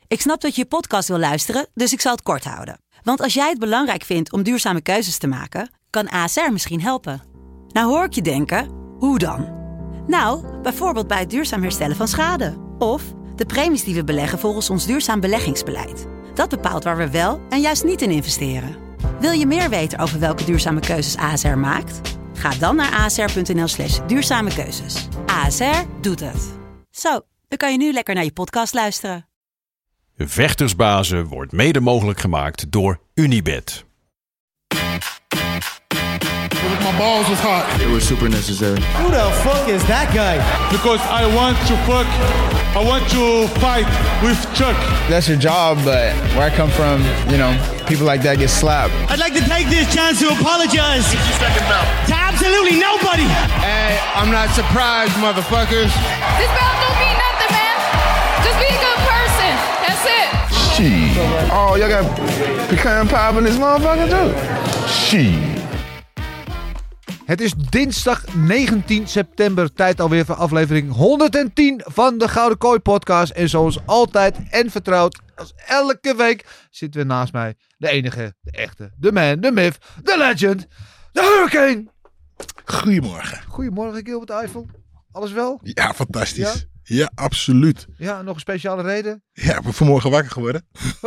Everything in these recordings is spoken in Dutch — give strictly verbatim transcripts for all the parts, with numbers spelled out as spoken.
Ik snap dat je je podcast wil luisteren, dus ik zal het kort houden. Want als jij het belangrijk vindt om duurzame keuzes te maken, kan A S R misschien helpen. Nou hoor ik je denken, hoe dan? Nou, bijvoorbeeld bij het duurzaam herstellen van schade. Of de premies die we beleggen volgens ons duurzaam beleggingsbeleid. Dat bepaalt waar we wel en juist niet in investeren. Wil je meer weten over welke duurzame keuzes A S R maakt? Ga dan naar asr.nl slash duurzame keuzes. A S R doet het. Zo, dan kan je nu lekker naar je podcast luisteren. Vechtersbazen wordt mede mogelijk gemaakt door Unibet. My balls was hot. It was super necessary. Who the fuck is that guy? Because I want to fuck, I want to fight with Chuck. That's your job, but where I come from, you know, people like that get slapped. I'd like to take this chance to apologize to absolutely nobody. Hey, I'm not surprised, motherfuckers. This belt don't mean nothing, man. Just be a good person. That's it. Shit. Oh, y'all got pecan pie in this motherfucker too? Shit. Het is dinsdag negentien september, tijd alweer voor aflevering honderdtien van de Gouden Kooi podcast. En zoals altijd en vertrouwd, als elke week, zitten we naast mij de enige, de echte, de man, de myth, de legend, de Hurricane. Goedemorgen. Goedemorgen, Gilbert Eiffel. Alles wel? Ja, fantastisch. Ja? Ja, absoluut. Ja, nog een speciale reden? Ja, ik ben vanmorgen wakker geworden.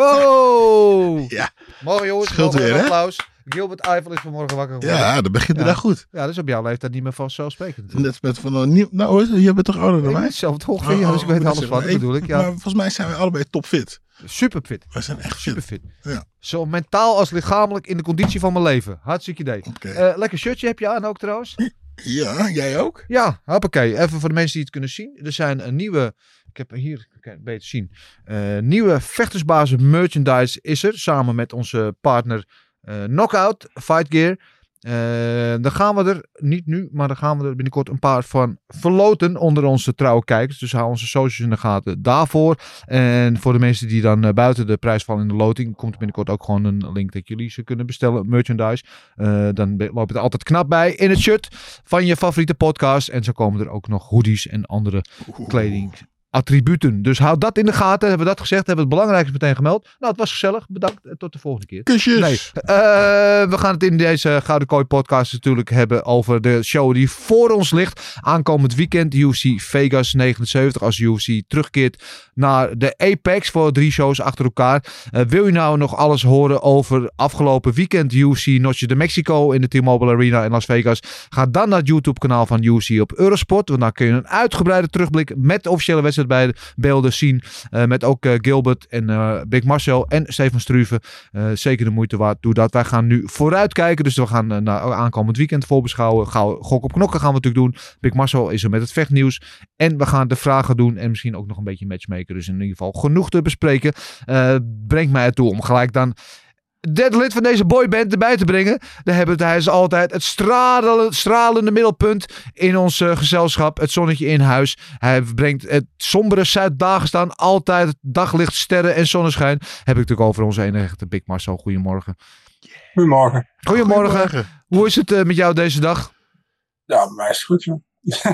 Oh! Ja. Morgen jongens, Scheelt weer, een hè? applaus. Gilbert Eiffel is vanmorgen wakker geworden. Ja, dan begint de ja. dag goed. Ja, dat is op jouw leeftijd niet meer vanzelfsprekend. Net met van een nieuw... Nou hoor, je bent toch ouder dan Ik mij? ben zelf ongeveer, ja, dus ik weet Oh, alles van, dat bedoel ik. Ja. Maar volgens mij zijn we allebei topfit. Super fit. We zijn echt Super fit. fit. Ja. Zo mentaal als lichamelijk in de conditie van mijn leven. Hartstikke idee. Okay. Uh, lekker shirtje heb je aan ook trouwens. Ja, jij ook? Ja, hoppakee. Even voor de mensen die het kunnen zien. Er zijn een nieuwe, ik heb hier, kan je het beter zien. Uh, nieuwe Vechtersbazen merchandise is er. Samen met onze partner uh, Knockout Fight Gear. Uh, dan gaan we er, niet nu, maar dan gaan we er binnenkort een paar van verloten onder onze trouwe kijkers. Dus hou onze socials in de gaten daarvoor. En voor de mensen die dan uh, buiten de prijs vallen in de loting, komt er binnenkort ook gewoon een link dat jullie ze kunnen bestellen, merchandise. Uh, dan loop je er altijd knap bij in het shirt van je favoriete podcast. En zo komen er ook nog hoodies en andere kleding. Attributen. Dus houd dat in de gaten. Hebben we dat gezegd? Hebben we het belangrijkste meteen gemeld? Nou, het was gezellig. Bedankt. Tot de volgende keer. Kusjes. Nee. Uh, we gaan het in deze Gouden Kooi podcast natuurlijk hebben over de show die voor ons ligt. Aankomend weekend U F C Vegas negenenzeventig. Als U F C terugkeert naar de Apex voor drie shows achter elkaar. Uh, wil je nou nog alles horen over afgelopen weekend U F C Noche de Mexico in de T-Mobile Arena in Las Vegas? Ga dan naar het YouTube kanaal van U F C op Eurosport. Want daar kun je een uitgebreide terugblik met de officiële wedstrijd bij de beelden zien. Uh, met ook uh, Gilbert en uh, Big Marcel en Stefan Struve. Uh, zeker de moeite waard. Doe dat. Wij gaan nu vooruitkijken. Dus we gaan uh, naar aankomend weekend voorbeschouwen. Gauw, gok op knokken gaan we natuurlijk doen. Big Marcel is er met het vechtnieuws. En we gaan de vragen doen. En misschien ook nog een beetje matchmaker. Dus in ieder geval genoeg te bespreken. Uh, brengt mij ertoe om gelijk dan derde lid van deze boyband erbij te brengen. Daar hebben we, hij is altijd het stralende, stralende middelpunt in ons uh, gezelschap. Het zonnetje in huis. Hij brengt het sombere Zuid-Dagestan altijd het daglicht, sterren en zonneschijn. Heb ik natuurlijk over onze enige echte Big Marcel. Goedemorgen. Goedemorgen. Goedemorgen. Goedemorgen. Hoe is het uh, met jou deze dag? Ja, mij is het goed, joh.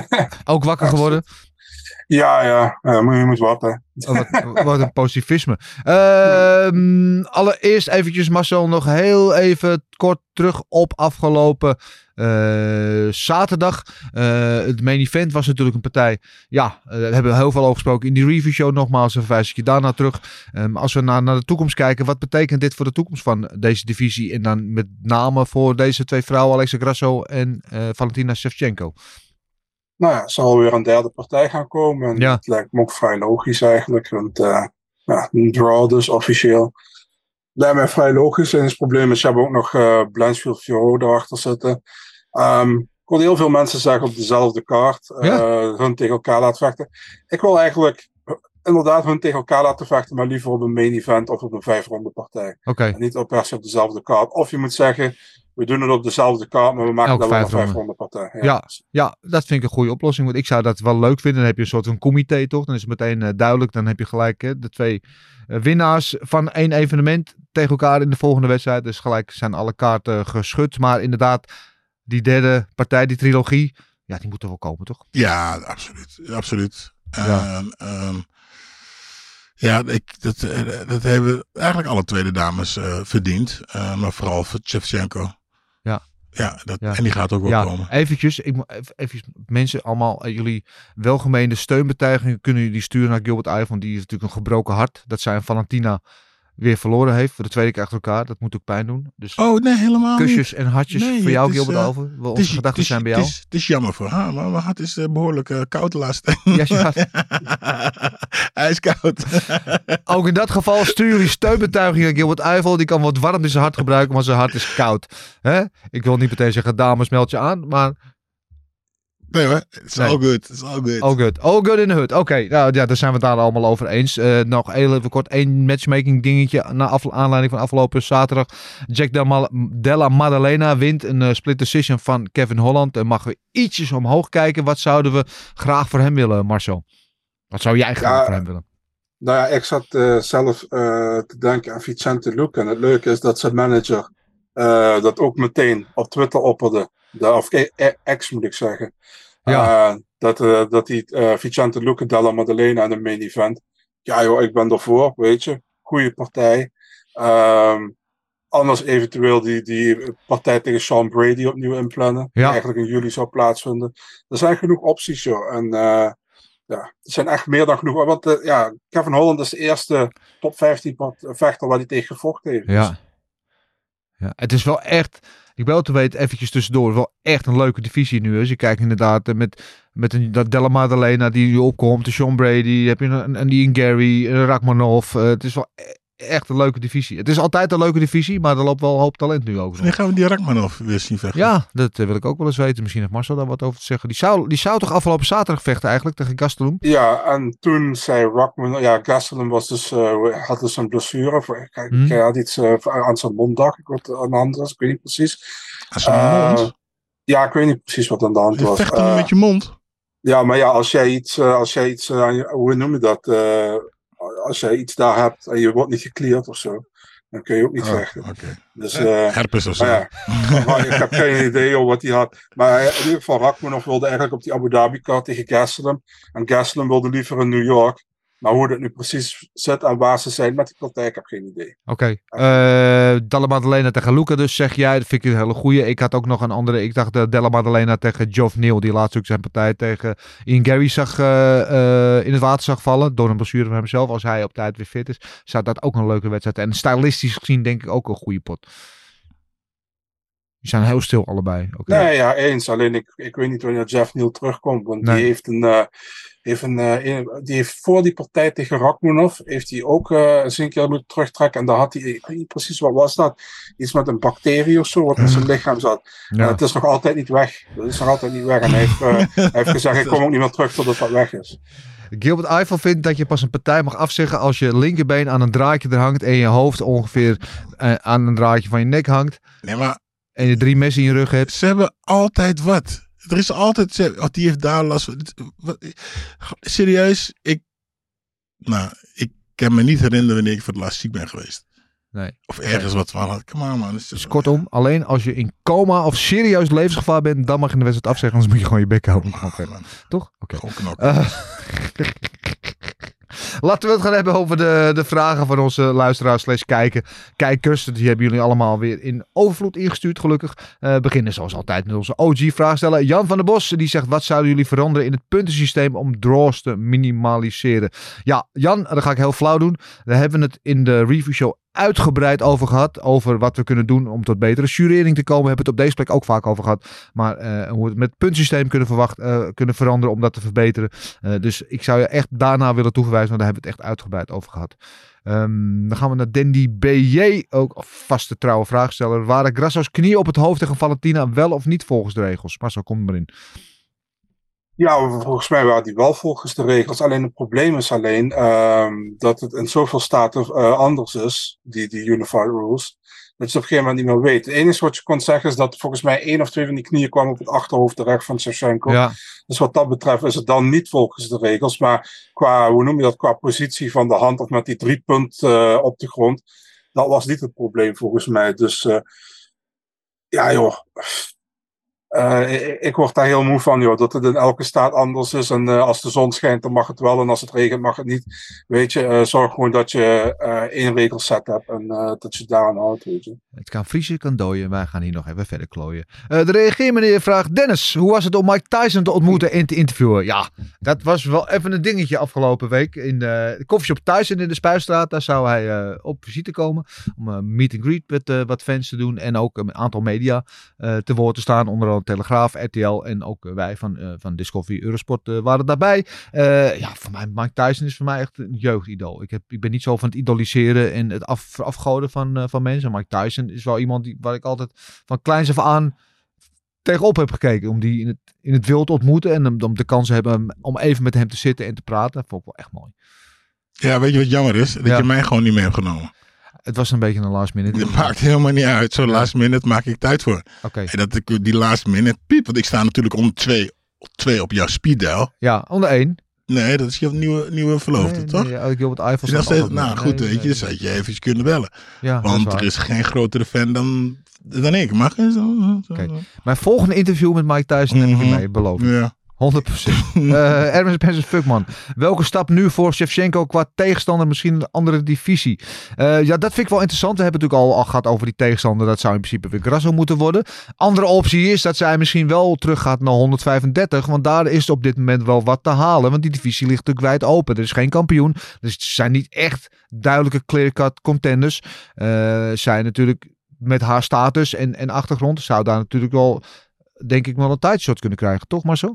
Ook wakker geworden? Ja, ja. ja moet, je moet wachten. Oh, wat, wat een positivisme. Uh, allereerst eventjes Marcel nog heel even kort terug op afgelopen uh, zaterdag. Uh, het main event was natuurlijk een partij. Ja, uh, daar hebben we heel veel over gesproken in die review show. Nogmaals, een verwijs ik je daarna terug. Um, als we naar, naar de toekomst kijken, wat betekent dit voor de toekomst van deze divisie? En dan met name voor deze twee vrouwen, Alexa Grasso en uh, Valentina Shevchenko. Nou ja, er zal weer een derde partij gaan komen. En ja. Dat lijkt me ook vrij logisch eigenlijk. Want uh, ja, een draw dus officieel. Lijkt mij vrij logisch. En het probleem is, je hebt ook nog uh, Blanchfield Fiorot erachter zitten. Um, ik hoorde heel veel mensen zeggen op dezelfde kaart. Uh, ja. Hun tegen elkaar laten vechten. Ik wil eigenlijk inderdaad hun tegen elkaar laten vechten. Maar liever op een main event of op een vijfronde partij. Okay. En niet op per se op dezelfde kaart. Of je moet zeggen, we doen het op dezelfde kaart, maar we maken Elk dan wel een vijf vijfronde partij. Ja, ja, ja, dat vind ik een goede oplossing. Want ik zou dat wel leuk vinden. Dan heb je een soort van comité toch? Dan is het meteen uh, duidelijk. Dan heb je gelijk hè, de twee uh, winnaars van één evenement tegen elkaar in de volgende wedstrijd. Dus gelijk zijn alle kaarten geschud. Maar inderdaad, die derde partij, die trilogie, ja, die moet er wel komen toch? Ja, absoluut. Absoluut. Ja. Um, um, Ja, ik, dat, dat hebben eigenlijk alle tweede dames uh, verdiend. Uh, maar vooral voor Shevchenko. Ja. Ja, dat, ja, en die gaat ook wel ja, komen. Eventjes, ik moet even, even mensen allemaal, uh, jullie welgemeende steunbetuigingen kunnen jullie sturen naar Gilbert Yvel, want die heeft natuurlijk een gebroken hart. Dat zij Valentina weer verloren heeft voor de tweede keer achter elkaar. Dat moet ook pijn doen. Dus oh nee, helemaal kusjes niet. en hartjes nee, voor jou, is, Gilbert uh, Yvel. Onze is, gedachten is, zijn bij jou. Het is, het is jammer voor haar, maar mijn hart is uh, behoorlijk uh, koud de laatste tijd. Ja, hij is koud. Ook in dat geval stuur je steunbetuiging aan Gilbert Yvel. Die kan wat warm in zijn hart gebruiken, want zijn hart is koud. Hè? Ik wil niet meteen zeggen, dames, meld je aan, maar... Nee hoor, it's nee. all good. It's all good. All good. All good in the hood. Oké, okay, nou ja, daar zijn we het daar allemaal over eens. Uh, nog even kort één matchmaking dingetje. Na af, aanleiding van afgelopen zaterdag. Jack Della Maddalena wint een uh, split decision van Kevin Holland. En mag we ietsjes omhoog kijken. Wat zouden we graag voor hem willen, Marcel? Wat zou jij graag ja, voor hem willen? Nou ja, ik zat uh, zelf uh, te denken aan Vicente Luque. En het leuke is dat zijn manager uh, dat ook meteen op Twitter opperde. De, of ex moet ik zeggen. Ja. Uh, dat, uh, dat die uh, Vicente Luque Della Maddalena in de main event. Ja joh, ik ben ervoor, weet je. Goeie partij. Um, anders eventueel die, die partij tegen Sean Brady opnieuw inplannen. Ja. Die eigenlijk in juli zou plaatsvinden. Er zijn genoeg opties joh. En uh, ja, er zijn echt meer dan genoeg. Want uh, ja, Kevin Holland is de eerste top vijftien vechter waar hij tegen gevochten heeft. Ja. Ja, het is wel echt... Ik ben wel te weten, eventjes tussendoor, wel echt een leuke divisie nu. Als je kijkt inderdaad met, met een dat Della Maddalena die nu opkomt, de Sean Brady, heb je een, een die in Gary, een Rakhmonov. Uh, het is wel echt een leuke divisie. Het is altijd een leuke divisie, maar er loopt wel een hoop talent nu ook. En gaan we die Rakhmonov weer zien vechten? Ja, dat wil ik ook wel eens weten. Misschien heeft Marcel daar wat over te zeggen. Die zou, die zou toch afgelopen zaterdag vechten eigenlijk tegen Gastelum? Ja, en toen zei Rakhmonov, ja, Gastelum was dus, uh, had dus een blessure. Voor, hij hmm. had iets uh, aan zijn mond, dacht ik, wat aan de hand was. Ik weet niet precies. Aan zijn mond? Uh, ja, ik weet niet precies wat aan de hand je was. Vecht uh, met je mond? Ja, maar ja, als jij iets, uh, als jij iets, uh, hoe noem je dat? Uh, als jij iets daar hebt en je wordt niet gecleared of zo, dan kun je ook niet oh, vechten. Okay. Dus, uh, herpes of zo. Ja, maar ik heb geen idee joh, wat hij had. Maar in ieder geval, Rakhmonov wilde eigenlijk op die Abu Dhabi-kaart tegen Gastelum. En Gastelum wilde liever in New York. Maar hoe dat nu precies zit en waar ze zijn met die partij, ik heb geen idee. Oké. Okay. Uh, Della Maddalena tegen Luque dus, zeg jij. Dat vind ik een hele goeie. Ik had ook nog een andere. Ik dacht uh, Della Maddalena tegen Geoff Neal. Die laatst ook zijn partij tegen Ian Gary zag, uh, uh, in het water zag vallen. Door een blessure van hemzelf. Als hij op tijd weer fit is, zou dat ook een leuke wedstrijd. En stylistisch gezien denk ik ook een goede pot. Die zijn heel stil allebei. Okay. Nee, ja, eens. Alleen ik, ik weet niet wanneer Geoff Neal terugkomt. Want nee. die heeft een... Uh, Heeft een, uh, die heeft voor die partij tegen Rakhmonov heeft hij ook uh, eens een keer moeten terugtrekken. En daar had hij, ik weet niet precies wat was dat, iets met een bacterie of zo, wat in zijn lichaam zat. Ja. Uh, het is nog altijd niet weg. Dat is nog altijd niet weg. En hij heeft, uh, hij heeft gezegd, ik kom ook niet meer terug totdat dat weg is. Gilbert Yvel vindt dat je pas een partij mag afzeggen als je linkerbeen aan een draadje er hangt en je hoofd ongeveer uh, aan een draadje van je nek hangt. Nee, maar... En je drie messen in je rug hebt. Ze hebben altijd wat. Er is altijd... Oh, die heeft daar last van. Serieus, ik... Nou, ik kan me niet herinneren wanneer ik voor het laatst ziek ben geweest. Nee. Of ergens nee. wat van had. Come on, man. Dus, dus kortom, alleen als je in coma of serieus levensgevaar bent, dan mag je de wedstrijd afzeggen, anders moet je gewoon je bek houden. Oh, okay. Toch? Oké. Okay. Uh, Laten we het gaan hebben over de, de vragen van onze luisteraars slash kijken. Kijkers, die hebben jullie allemaal weer in overvloed ingestuurd, gelukkig. Uh, beginnen zoals altijd met onze O G-vraagsteller. Jan van der Bos, die zegt, wat zouden jullie veranderen in het puntensysteem om draws te minimaliseren? Ja, Jan, dat ga ik heel flauw doen. Daar hebben we het in de reviewshow uitgebreid over gehad. Over wat we kunnen doen om tot betere jurering te komen. We hebben het op deze plek ook vaak over gehad. Maar uh, hoe we het met het puntsysteem kunnen, verwacht, uh, kunnen veranderen om dat te verbeteren. Uh, dus ik zou je echt daarna willen toeverwijzen. Want daar hebben we het echt uitgebreid over gehad. Um, dan gaan we naar Dandy B J. Ook vaste trouwe vraagsteller. Waren Grasso's knie op het hoofd tegen Valentina wel of niet volgens de regels? Marcel, kom maar in. Ja, volgens mij waren die wel volgens de regels. Alleen het probleem is alleen um, dat het in zoveel staten uh, anders is, die, die Unified Rules, dat je op een gegeven moment niet meer weet. Het enige wat je kon zeggen is dat volgens mij één of twee van die knieën kwamen op het achterhoofd terecht van Shevchenko. Ja. Dus wat dat betreft is het dan niet volgens de regels, maar qua, hoe noem je dat, qua positie van de hand of met die drie punt uh, op de grond, dat was niet het probleem volgens mij. Dus uh, ja joh... Uh, ik, ik word daar heel moe van, joh, dat het in elke staat anders is. En uh, als de zon schijnt, dan mag het wel. En als het regent, mag het niet. Weet je, uh, zorg gewoon dat je uh, één regelset hebt. En uh, dat je daar aan houdt, weet je. Het kan vriezen, het kan dooien. Wij gaan hier nog even verder klooien. Uh, de reageermeneer vraagt: Dennis, hoe was het om Mike Tyson te ontmoeten en te interviewen? Ja, dat was wel even een dingetje afgelopen week. In uh, de Coffeeshop Tyson in de Spuistraat. Daar zou hij uh, op visite komen. Om een uh, meet and greet met uh, wat fans te doen. En ook een aantal media uh, te woord te staan. Onder andere Telegraaf, R T L en ook uh, wij van, uh, van Discovery Eurosport uh, waren daarbij. Uh, ja, voor mij, Mike Tyson is voor mij echt een jeugdidool. Ik, heb, ik ben niet zo van het idoliseren en het af, afgoden van, uh, van mensen. Mike Tyson is wel iemand die, waar ik altijd van kleins af aan tegenop heb gekeken. Om die in het, in het wild te ontmoeten en om, om de kans te hebben om even met hem te zitten en te praten. Dat vond ik wel echt mooi. Ja, weet je wat jammer is? Dat ja. je mij gewoon niet mee hebt genomen. Het was een beetje een last minute. Het maakt helemaal niet uit. Zo'n ja. last minute maak ik tijd voor. Okay. En dat ik die last minute piep. Want ik sta natuurlijk onder twee, twee op jouw speed dial. Ja, onder één. Nee, dat is je nieuwe, nieuwe verloofde, nee, toch? Nee, ja, ik op het iPhone. Dus steeds, nou goed, nee, weet je, nee, dus had je even kunnen bellen. Ja, want er is geen grotere fan dan, dan ik. Mag je zo? zo okay. Mijn volgende interview met Mike Tyson mm-hmm. heb ik je mee beloofd. Ja. honderd procent. uh, Erwin Spencer Fuckman. Welke stap nu voor Shevchenko qua tegenstander? Misschien een andere divisie. Uh, ja, dat vind ik wel interessant. We hebben natuurlijk al, al gehad over die tegenstander. Dat zou in principe weer Grasso moeten worden. Andere optie is dat zij misschien wel teruggaat naar honderdvijfendertig. Want daar is op dit moment wel wat te halen. Want die divisie ligt natuurlijk wijd open. Er is geen kampioen. Dus het zijn niet echt duidelijke clear-cut contenders. Uh, zij natuurlijk met haar status en, en achtergrond zou daar natuurlijk wel, denk ik, wel een tijdshot kunnen krijgen. Toch, Marcel?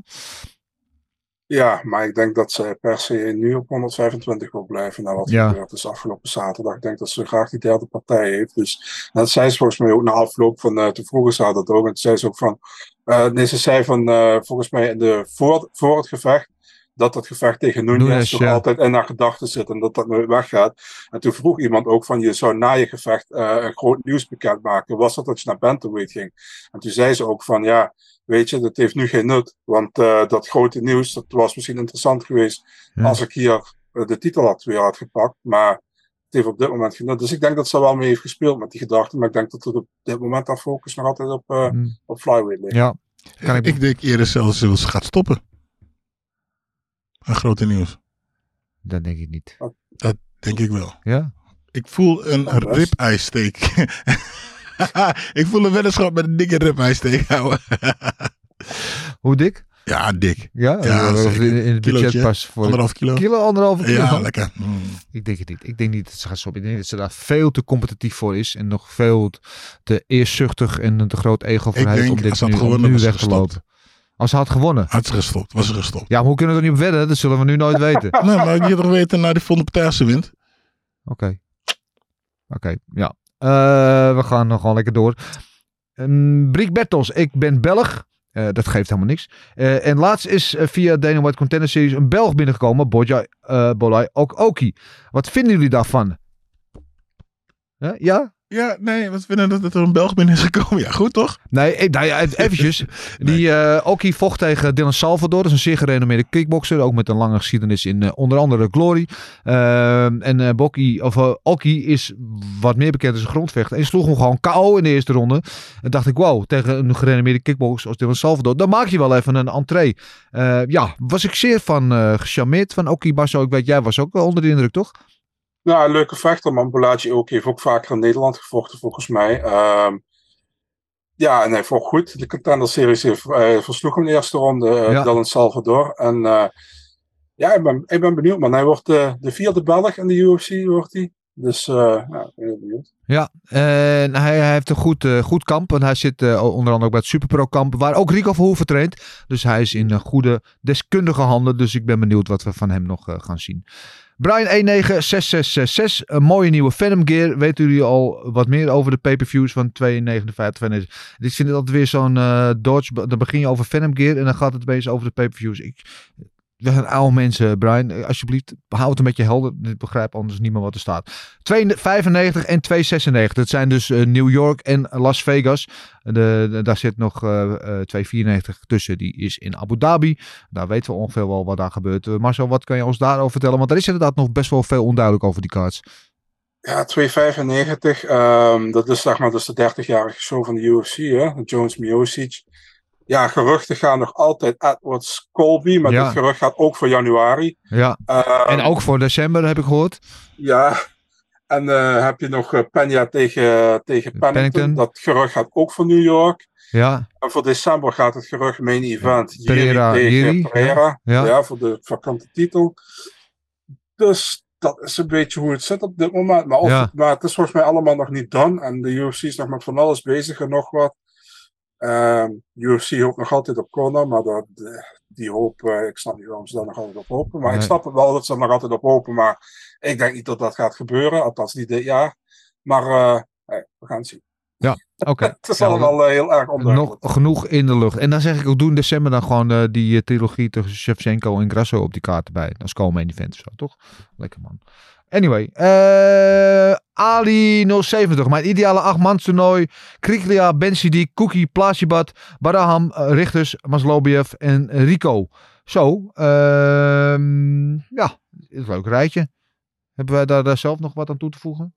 Ja, maar ik denk dat ze per se nu op honderdvijfentwintig wil blijven. Na wat ja. gebeurd is afgelopen zaterdag. Ik denk dat ze graag die derde partij heeft. Dus dat zei ze volgens mij ook na afloop van uh, te vroegen ze dat ook. En toen zei ze ook van, uh, nee, ze zei van uh, volgens mij in de, voor, voor het gevecht, dat het gevecht tegen Nunes toch ja. altijd in haar gedachten zit en dat dat nooit weggaat. En toen vroeg iemand ook van, je zou na je gevecht uh, een groot nieuws bekendmaken. Was dat dat je naar bantamweight ging? En toen zei ze ook van, ja, weet je, dat heeft nu geen nut. Want uh, dat grote nieuws, dat was misschien interessant geweest ja. als ik hier uh, de titel had weer had gepakt. Maar het heeft op dit moment geen nut. Dus ik denk dat ze wel mee heeft gespeeld met die gedachten. Maar ik denk dat het op dit moment haar focus nog altijd op, uh, mm. op flyweight ligt. Ja. Kan ik... ik denk eerder zelfs dat ze gaat stoppen. Een grote nieuws. Dat denk ik niet. Dat denk ik wel. Ja? Ik voel een oh, ribeye steak. Ik voel een weddenschap met een dikke ribeye steak houden. Hoe dik? Ja, dik. Ja, ja in, in het budget pas voor anderhalf kilo. Kilo, anderhalf kilo. Ja, lekker. Mm. Ik denk het niet. Ik denk niet dat ze gaat stoppen. Ik denk dat ze daar veel te competitief voor is en nog veel te eerzuchtig en een te groot ego voor heeft om dit nu, om nu weg te lopen. Als ze had gewonnen. Had ze gestopt. Was ze gestopt. Ja, maar hoe kunnen we er niet op wedden? Dat zullen we nu nooit weten. Nee, maar je toch weten naar die volgende partij als ze wint. Oké. Okay. Oké, okay, ja. Uh, we gaan nog gewoon lekker door. Um, Briek Bertels, ik ben Belg. Uh, dat geeft helemaal niks. Uh, en laatst is uh, via Dana White Contender Series een Belg binnengekomen. Bodjai uh, Bolai Okoki. Wat vinden jullie daarvan? Huh? Ja? Ja, nee, wat vinden dat, dat er een Belg binnen is gekomen? Ja, goed toch? Nee, nou ja, eventjes. nee. Die uh, Oki vocht tegen Dylan Salvador. Dat is een zeer gerenommeerde kickboxer. Ook met een lange geschiedenis in uh, onder andere Glory. Uh, en uh, Boki, of, uh, Oki is wat meer bekend als een grondvechter. En sloeg hem gewoon K O in de eerste ronde. En dacht ik, wow, tegen een gerenommeerde kickboxer als Dylan Salvador. Dan maak je wel even een entree. Uh, ja, was ik zeer van uh, gecharmeerd van Oki. Marcel, ik weet, jij was ook wel onder de indruk, toch? Ja, een leuke vechter, man. Bolaji ook heeft ook vaker in Nederland gevochten, volgens mij. Um, ja, en hij vocht goed. De Contender Series heeft, uh, versloeg hem in de eerste ronde, uh, ja. Dylan Salvador. En uh, ja, ik ben, ik ben benieuwd, man. Hij wordt uh, de vierde Belg in de U F C, wordt hij. Dus uh, ja, ik ben heel benieuwd. Ja, en hij, hij heeft een goed, uh, goed kamp. En hij zit uh, onder andere ook bij het Superpro kamp, waar ook Rico Verhoeven traint. Dus hij is in uh, goede, deskundige handen. Dus ik ben benieuwd wat we van hem nog uh, gaan zien. Brian een negen zes zes zes zes, een mooie nieuwe Venom Gear. Weten jullie al wat meer over de pay-per-views van twee negenenvijftig? Ik vind het altijd weer zo'n uh, dodge. Dan begin je over Venom Gear en dan gaat het opeens over de pay-per-views. Ik, we zijn oude mensen, Brian. Alsjeblieft, hou het een beetje helder. Ik begrijp anders niet meer wat er staat. twee vijfennegentig en twee zesennegentig. Dat zijn dus uh, New York en Las Vegas. De, de, daar zit nog uh, uh, twee vierennegentig tussen. Die is in Abu Dhabi. Daar weten we ongeveer wel wat daar gebeurt. Uh, Marcel, wat kan je ons daarover vertellen? Want er is inderdaad nog best wel veel onduidelijk over die kaarts. Ja, twee vijfennegentig. Um, dat is zeg maar dus de dertigjarige show van de U F C. Hè? Jones Miocic. ja, geruchten gaan nog altijd Edwards Colby, maar Ja. dit gerucht gaat ook voor januari. Ja. Uh, En ook voor december heb ik gehoord. Ja, en uh, heb je nog uh, Peña tegen, tegen Pennington. Pennington. Dat gerucht gaat ook voor New York. Ja. En voor december gaat het gerucht main event. Pereira, Jiri tegen Jiri, Pereira. ja. Ja. Ja, voor de vakante titel. Dus dat is een beetje hoe het zit op dit moment. Maar, of Ja. het, maar het is volgens mij allemaal nog niet done. En de U F C is nog met van alles bezig en nog wat. Um, U F C hoopt nog altijd op Conor, maar dat, die hoop, uh, ik snap niet waarom ze daar nog altijd op hopen. Maar Nee. ik snap het wel dat ze er nog altijd op hopen. Maar ik denk niet dat dat gaat gebeuren. Althans niet dit jaar. Maar uh, hey, we gaan het zien. Ja, oké. Okay. Het is ja, allemaal uh, heel erg onduidelijk. Nog genoeg in de lucht. En dan zeg ik ook, doe in december dan gewoon uh, die uh, trilogie tussen Shevchenko en Grasso op die kaart erbij. Dat is gewoon main event of zo, toch? Lekker man. Anyway, uh, Ali nul zeventig. Mijn ideale acht-mans toernooi. Kriklia, Bensidik, Kuki, Plasibat, Baraham, uh, Richters, Maslobiev en Rico. Zo, uh, ja, is een leuk rijtje. Hebben wij daar, daar zelf nog wat aan toe te voegen?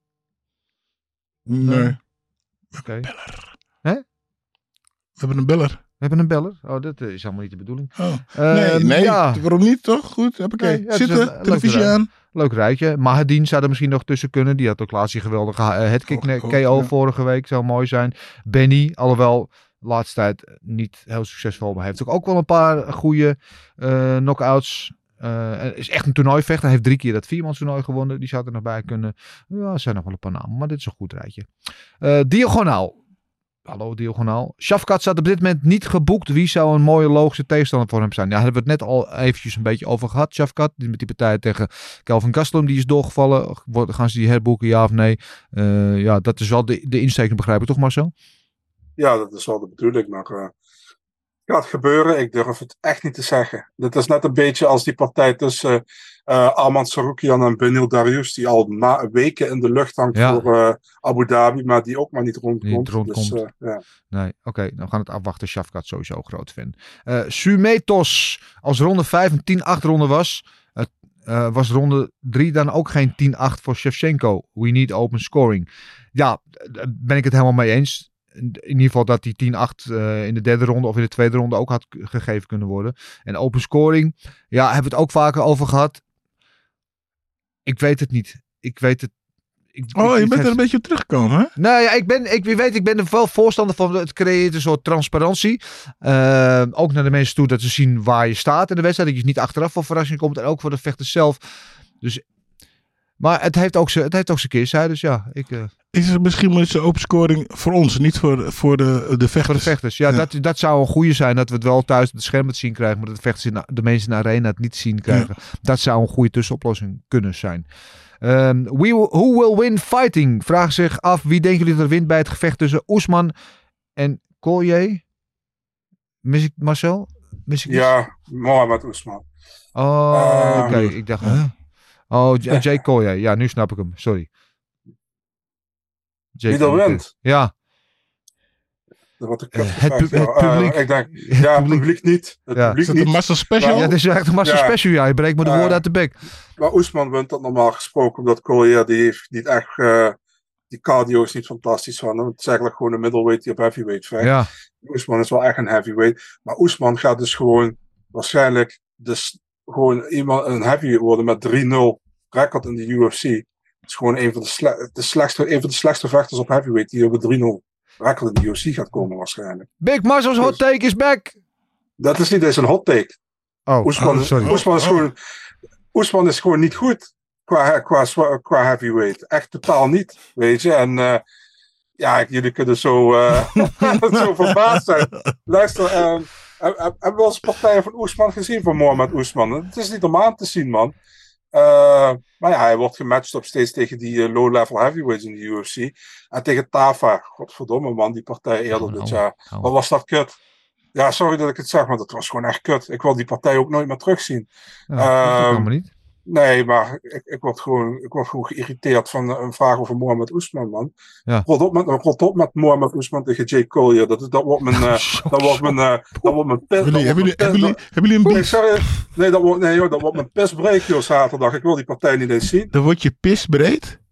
Nee. Uh, Oké. Okay. Hè? We hebben een beller. We hebben een beller? Oh, dat is allemaal niet de bedoeling. Oh. Uh, nee, nee ja. waarom niet toch? Goed, heb ik nee, ja, zitten, televisie aan. Leuk rijtje. Mahadin zou er misschien nog tussen kunnen. Die had ook laatst die geweldige uh, headkick oh, K O ja. vorige week. Zou mooi zijn. Benny, alhoewel de laatste tijd niet heel succesvol. Maar hij heeft ook, ook wel een paar goede uh, knockouts. Uh, is echt een toernooivechter. Hij heeft drie keer dat viermans toernooi gewonnen. Die zou er nog bij kunnen. Ja, er zijn nog wel een paar namen. Maar dit is een goed rijtje. Uh, diagonaal. Hallo, diagonaal. Shafkat staat op dit moment niet geboekt. Wie zou een mooie logische tegenstander voor hem zijn? Ja, daar hebben we het net al eventjes een beetje over gehad. Shafkat, met die partij tegen Kelvin Gastelum, die is doorgevallen. Gaan ze die herboeken, ja of nee? Uh, ja, dat is wel de, de insteek, begrijp ik toch, Marcel? Ja, dat is wel de bedoeling. Maar uh, gaat gebeuren. Ik durf het echt niet te zeggen. Dit is net een beetje als die partij tussen uh, uh, Arman Sarukian en Benil Dariush, die al ma- weken in de lucht hangt ja. voor uh, Abu Dhabi, maar die ook maar niet rondkomt. Niet rondkomt. Dus, uh, ja. Nee, oké. Okay, dan gaan we het afwachten. Shafkat sowieso groot fan. Uh, Sumetos, als ronde vijf een tien acht ronde was, uh, uh, was ronde drie dan ook geen tien acht voor Shevchenko. We need open scoring. Ja, daar ben ik het helemaal mee eens. In ieder geval dat die tien acht uh, in de derde ronde of in de tweede ronde ook had gegeven kunnen worden. En open scoring, ja, hebben we het ook vaker over gehad. Ik weet het niet. Ik weet het. Ik, oh, ik, je bent het... er een beetje op teruggekomen, hè? Nou ja, ik ben, ik, wie weet, ik ben er wel voorstander van. Het creëert een soort transparantie. Uh, ook naar de mensen toe dat ze zien waar je staat in de wedstrijd. Dat je niet achteraf voor verrassing komt. En ook voor de vechters zelf. Dus, maar het heeft ook zijn keerzijde. Dus ja, ik... Uh... Is het misschien met zijn open scoring voor ons, niet voor, voor de, de vechters? Voor de vechters, ja. ja. Dat, dat zou een goede zijn, dat we het wel thuis op het scherm te zien krijgen, maar dat de vechters in de, de mensen in de arena het niet zien krijgen. Ja. Dat zou een goede tussenoplossing kunnen zijn. Um, we, who will win fighting? Vragen zich af, wie denken jullie dat er wint bij het gevecht tussen Ousmane en Collier? Mis ik Marcel? Mis ik ja, Mohamed Ousmane. Oh, uh, oké. Okay. Ik dacht... Huh? Oh, J. J. Collier. Ja, nu snap ik hem. Sorry. Wie er wint? Ja. Wat ik uh, het, pu- het publiek. Uh, ik denk, ja, het publiek niet. Het ja. publiek is dat een master special? Ja, het is echt een master ja. special. Ja, je breekt me de uh, woorden uit de bek. Maar Ousmane wint dat normaal gesproken, omdat Collier die heeft niet echt... Uh, die cardio is niet fantastisch van hem. Het is eigenlijk gewoon een middleweight die op heavyweight vecht. Ja. Ousmane is wel echt een heavyweight. Maar Ousmane gaat dus gewoon waarschijnlijk dus gewoon iemand een heavyweight worden met drie nul record in de U F C. Het is gewoon een van de, sle- de slechtste, een van de slechtste vechters op heavyweight die op een drie nul record in de U F C gaat komen waarschijnlijk. Big Marcel's hot take is back! Dat is niet eens een hot take. Oh, Ousmane, oh sorry. Ousmane is, gewoon, Ousmane is gewoon niet goed qua, qua, qua heavyweight. Echt totaal niet, weet je. En uh, ja, jullie kunnen zo, uh, zo verbaasd zijn. Luister, uh, hebben we wel eens partijen van Ousmane gezien van Mohamed Ousmane? Het is niet om aan te zien, man. Uh, maar ja, hij wordt gematcht op steeds tegen die uh, low-level heavyweights in de U F C. En tegen Tafa, godverdomme man, die partij eerder oh, dit jaar. Oh, oh. Wat was dat kut? Ja, sorry dat ik het zeg, maar dat was gewoon echt kut. Ik wil die partij ook nooit meer terugzien. Ja, uh, dat kan maar niet. Nee, maar ik, ik, word gewoon, ik word gewoon geïrriteerd van een vraag over Mohamed Ousmane, man. Ja. Rot op met, rot op met Mohamed Ousmane tegen Jay Collier. Dat, dat wordt mijn... Uh, dat wordt mijn... Uh, dat wordt mijn pis... Hebben jullie een beef? Nee, sorry. Nee, dat wordt, nee joh, dat wordt mijn pisbreek, joh, zaterdag. Ik wil die partij niet eens zien. Dan wordt je pisbreed?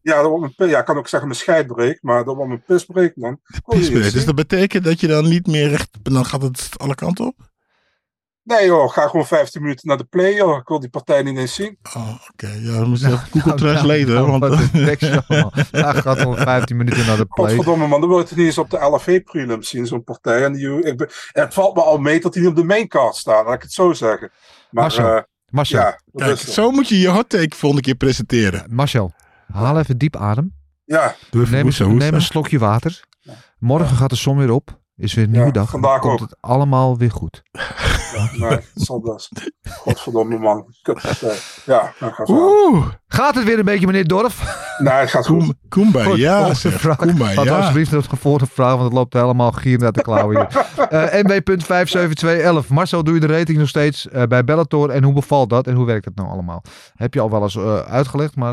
Ja, dat wordt mijn, ja, ik kan ook zeggen mijn scheidbreek, maar dat wordt mijn pisbreek, man. Pisbreek, dus dat betekent dat je dan niet meer recht... Dan gaat het alle kanten op? Nee joh, ga gewoon vijftien minuten naar de play joh. Ik wil die partij niet eens zien. Oh, oké. Okay. Ja, dan moet je even Google Translate. Nou, want... Hij gaat gewoon vijftien minuten naar de play. Godverdomme man, dan wil je het niet eens op de L F V prelims zien, zo'n partij. En die, ik ben, het valt me al mee dat hij niet op de maincard staat, laat ik het zo zeggen. Maar, Marcel, uh, Marcel. Ja, Kijk, zo moet je je hot take volgende keer presenteren. Marcel, haal even diep adem. Ja. Doe even neem, hoesa, een, hoesa. neem een slokje water. Ja. Morgen gaat de zon weer op. Is weer een nieuwe Ja, dag. vandaag Komt ook. het allemaal weer goed. Ja, nee, het zal best. Godverdomme man. Kutpartij. Ja, dan gaat het Oeh. Gaat het weer een beetje, meneer Dorf? Nee, het gaat goed. Kumbaya, ja. Volgende vraag. Kumbaya. Laten we alsjeblieft nog een volgende vraag, want het loopt helemaal gier naar de klauwen hier. uh, N B punt vijf zeven twee een een. Marcel, doe je de rating nog steeds uh, bij Bellator en hoe bevalt dat en hoe werkt het nou allemaal? Heb je al wel eens uh, uitgelegd, maar...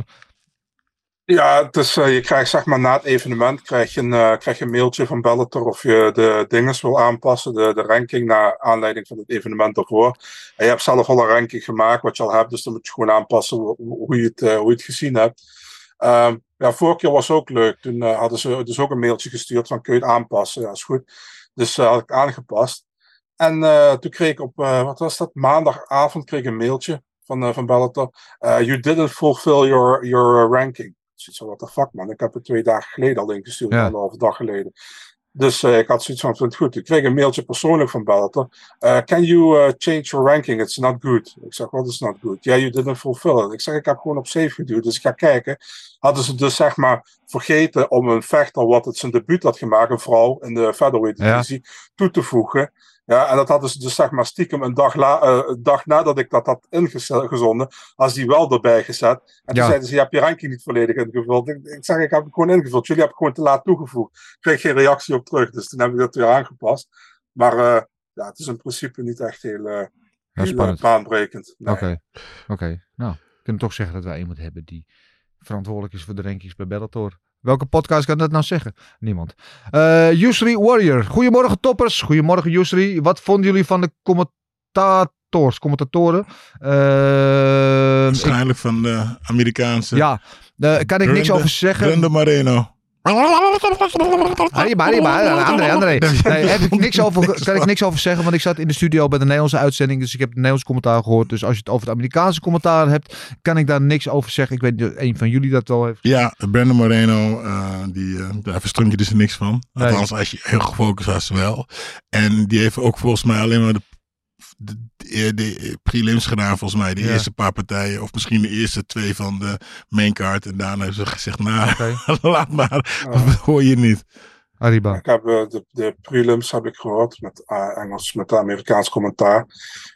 Ja, dus uh, je krijgt zeg maar na het evenement krijg je, een, uh, krijg je een mailtje van Bellator of je de dingen wil aanpassen, de, de ranking naar aanleiding van het evenement ervoor. En je hebt zelf al een ranking gemaakt wat je al hebt, dus dan moet je gewoon aanpassen hoe, hoe, je, het, uh, hoe je het gezien hebt. Um, ja, vorige keer was ook leuk. Toen uh, hadden ze dus ook een mailtje gestuurd van kun je het aanpassen? Ja, is goed. Dus uh, had ik aangepast. En uh, toen kreeg ik op, uh, wat was dat, maandagavond kreeg ik een mailtje van, uh, van Bellator. Uh, you didn't fulfill your, your uh, ranking. Zoiets van, what the fuck man, ik heb het twee dagen geleden al ingestuurd, ja. anderhalve dag geleden. Dus uh, ik had zoiets van, vind het goed. Ik kreeg een mailtje persoonlijk van Bellator. Uh, can you uh, change your ranking? It's not good. Ik zeg, what is not good? Yeah, you didn't fulfill it. Ik zeg, ik heb gewoon op save geduwd. Dus ik ga kijken. Hadden ze dus zeg maar vergeten om een vechter wat het zijn debuut had gemaakt, een vrouw in de featherweight divisie, ja. toe te voegen. Ja, en dat hadden ze dus zeg maar stiekem een dag, la, uh, een dag nadat ik dat had ingezonden, als die wel erbij gezet. En toen ja. zeiden ze, je hebt je ranking niet volledig ingevuld. Ik, ik zeg, ik heb het gewoon ingevuld. Jullie hebben het gewoon te laat toegevoegd. Ik kreeg geen reactie op terug, dus toen heb ik dat weer aangepast. Maar uh, ja, het is in principe niet echt heel, uh, heel uh, baanbrekend. Oké, nee. oké. Okay. Okay. Nou, we kunnen toch zeggen dat wij iemand hebben die verantwoordelijk is voor de rankings bij Bellator. Welke podcast kan dat nou zeggen? Niemand. Uh, Yusri Warrior. Goedemorgen toppers. Goedemorgen Yusri. Wat vonden jullie van de commentators, commentatoren? Uh, Waarschijnlijk ik, van de Amerikaanse. Ja, uh, kan ik niks over zeggen. Brenda Moreno. Arriba, arriba, André, André. Nee, heb ik niks over, kan ik niks over zeggen, want ik zat in de studio bij de Nederlandse uitzending, dus ik heb het Nederlands commentaar gehoord. Dus als je het over het Amerikaanse commentaar hebt, kan ik daar niks over zeggen. Ik weet niet of een van jullie dat wel heeft. Ja, Brenda Moreno, uh, die, uh, daar verstond je dus niks van. Althans, nee. Als je heel gefocust was wel. En die heeft ook volgens mij alleen maar de De, de, de prelims gedaan volgens mij, de ja. eerste paar partijen of misschien de eerste twee van de maincard en daarna hebben ze gezegd, nou, okay. laat maar, uh, dat hoor je niet. Arriba. Ik heb uh, de, de prelims heb ik gehoord met uh, Engels, met Amerikaans commentaar.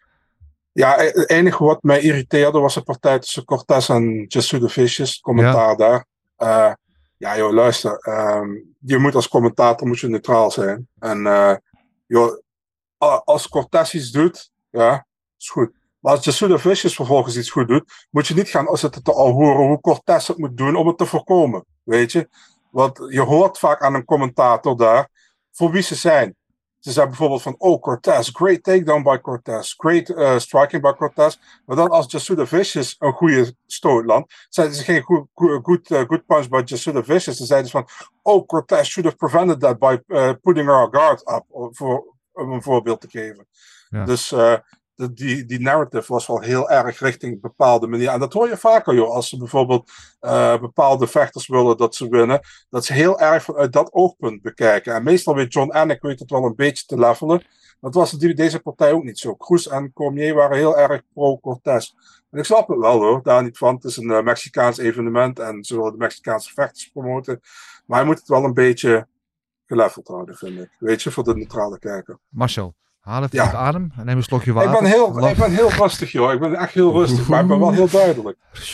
Ja, het enige wat mij irriteerde was de partij tussen Cortez en Jessuda Vicious, commentaar ja. daar. Uh, ja joh, luister, um, je moet als commentator moet je neutraal zijn en uh, joh, als Cortez iets doet, ja, is goed. Maar als Jessuda Vicious vervolgens iets goed doet, moet je niet gaan zitten te al horen hoe Cortez het moet doen om het te voorkomen. Weet je? Want je hoort vaak aan een commentator daar voor wie ze zijn. Ze zeggen bijvoorbeeld van, oh Cortez, great takedown by Cortez, great uh, striking by Cortez. Maar dan als Jessuda Vicious een goede stoot landt, zeiden ze geen good, good, uh, good punch by Jessuda Vicious. Ze zeiden ze van, oh Cortez should have prevented that by uh, putting her guard up. Voor, om een voorbeeld te geven. Ja. Dus uh, de, die, die narrative was wel heel erg richting een bepaalde manier. En dat hoor je vaker, joh. Als ze bijvoorbeeld uh, bepaalde vechters willen dat ze winnen, dat ze heel erg vanuit dat oogpunt bekijken. En meestal weet John Anik weet het wel een beetje te levelen. Dat was die, deze partij ook niet zo. Cruz en Cormier waren heel erg pro-Cortez. En ik snap het wel hoor, daar niet van. Het is een uh, Mexicaans evenement en ze willen de Mexicaanse vechters promoten. Maar je moet het wel een beetje geleveld houden, vind ik. Weet je, voor de neutrale kijker. Marcel, haal even ja. adem en neem een slokje water. Ik ben heel, ik ben heel rustig, joh. Ik ben echt heel rustig, maar ik ben wel heel duidelijk.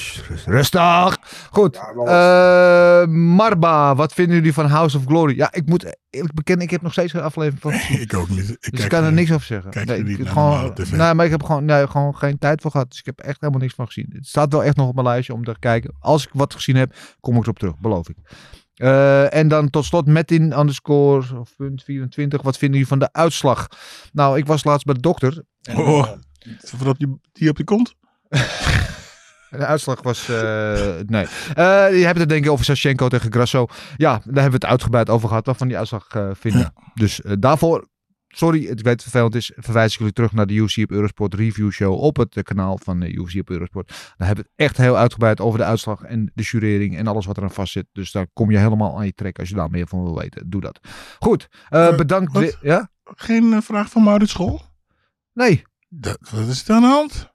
Rustig! Goed. Ja, uh, Marba, wat vinden jullie van House of Glory? Ja, ik moet eerlijk bekennen, ik heb nog steeds geen aflevering van gezien. Ik ook niet. Ik dus ik kan er niks over zeggen. Kijk nee, niet ik, gewoon, nee, maar ik heb gewoon, nee, gewoon geen tijd voor gehad. Dus ik heb echt helemaal niks van gezien. Het staat wel echt nog op mijn lijstje om te kijken. Als ik wat gezien heb, kom ik erop terug, beloof ik. Uh, en dan tot slot Metin underscore of punt vierentwintig. Wat vinden jullie van de uitslag? Nou, ik was laatst bij de dokter. En, oh, uh, die, die op je kont? De uitslag was... Uh, nee. Uh, je hebt het denk ik over Shevchenko tegen Grasso. Ja, daar hebben we het uitgebreid over gehad. Wat van die uitslag uh, vinden. Ja. Dus uh, daarvoor... Sorry, het weet vervelend is. Verwijs ik jullie terug naar de U F C op Eurosport review show op het uh, kanaal van de U F C op Eurosport. Daar hebben we het echt heel uitgebreid over de uitslag en de jurering en alles wat er aan vast zit. Dus daar kom je helemaal aan je trek als je daar meer van wil weten. Doe dat. Goed, uh, uh, bedankt. Wat? Ja? Geen uh, vraag van Maurits School? Nee. Dat, wat is er aan de hand?